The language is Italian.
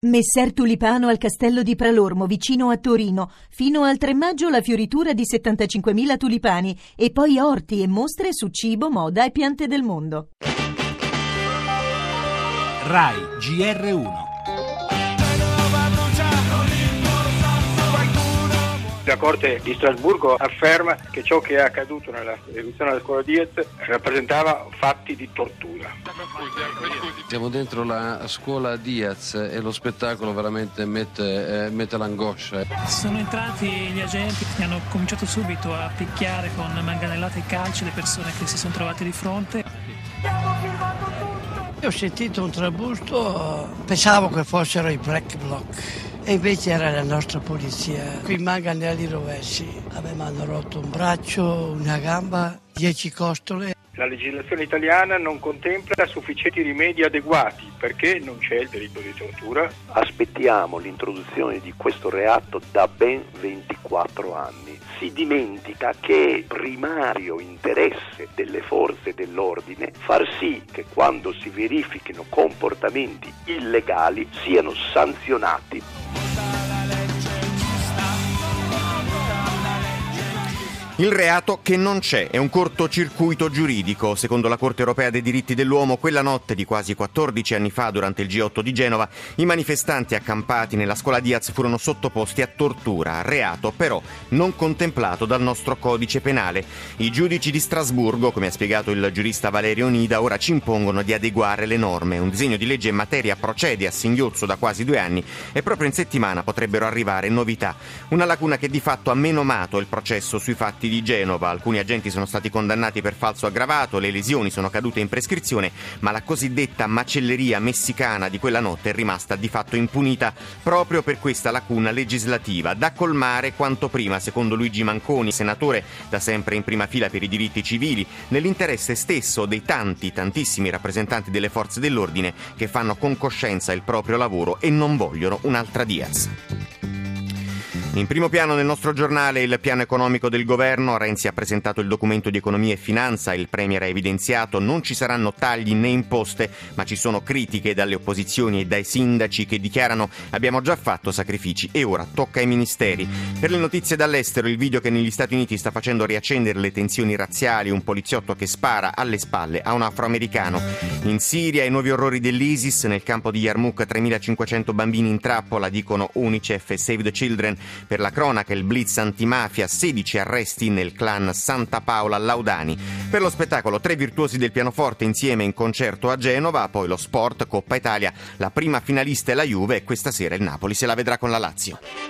Messer Tulipano al castello di Pralormo, vicino a Torino. Fino al 3 maggio la fioritura di 75.000 tulipani e poi orti e mostre su cibo, moda e piante del mondo. Rai GR1. La Corte di Strasburgo afferma che ciò che è accaduto nella esecuzione della scuola Diaz rappresentava fatti di tortura. Siamo dentro la scuola Diaz e lo spettacolo veramente mette l'angoscia. Sono entrati gli agenti che hanno cominciato subito a picchiare con manganellate e calci le persone che si sono trovate di fronte. Io ho sentito un trabusto, pensavo che fossero i Black Bloc. E invece era la nostra polizia. Qui manganelli rovesci. Avevano rotto un braccio, una gamba, 10 costole. La legislazione italiana non contempla sufficienti rimedi adeguati perché non c'è il delitto di tortura. Aspettiamo l'introduzione di questo reato da ben 24 anni. Si dimentica che è primario interesse delle forze dell'ordine far sì che quando si verifichino comportamenti illegali siano sanzionati. Il reato che non c'è è un cortocircuito giuridico. Secondo la Corte Europea dei Diritti dell'Uomo, quella notte di quasi 14 anni fa, durante il G8 di Genova, i manifestanti accampati nella scuola Diaz furono sottoposti a tortura, reato però non contemplato dal nostro codice penale. I giudici di Strasburgo, come ha spiegato il giurista Valerio Nida, ora ci impongono di adeguare le norme. Un disegno di legge in materia procede a singhiozzo da quasi 2 anni e proprio in settimana potrebbero arrivare novità. Una lacuna che di fatto ha menomato il processo sui fatti di Genova. Alcuni agenti sono stati condannati per falso aggravato, le lesioni sono cadute in prescrizione, ma la cosiddetta macelleria messicana di quella notte è rimasta di fatto impunita proprio per questa lacuna legislativa, da colmare quanto prima, secondo Luigi Manconi, senatore da sempre in prima fila per i diritti civili, nell'interesse stesso dei tantissimi rappresentanti delle forze dell'ordine che fanno con coscienza il proprio lavoro e non vogliono un'altra Diaz. In primo piano nel nostro giornale il piano economico del governo. Renzi ha presentato il documento di economia e finanza. Il premier ha evidenziato non ci saranno tagli né imposte, ma ci sono critiche dalle opposizioni e dai sindaci che dichiarano abbiamo già fatto sacrifici e ora tocca ai ministeri. Per le notizie dall'estero, il video che negli Stati Uniti sta facendo riaccendere le tensioni razziali, un poliziotto che spara alle spalle a un afroamericano. In Siria i nuovi orrori dell'ISIS, nel campo di Yarmouk 3.500 bambini in trappola, dicono UNICEF e Save the Children. Per la cronaca, il blitz antimafia, 16 arresti nel clan Santa Paola Laudani. Per lo spettacolo, 3 virtuosi del pianoforte insieme in concerto a Genova, poi lo sport, Coppa Italia, la prima finalista è la Juve e questa sera il Napoli se la vedrà con la Lazio.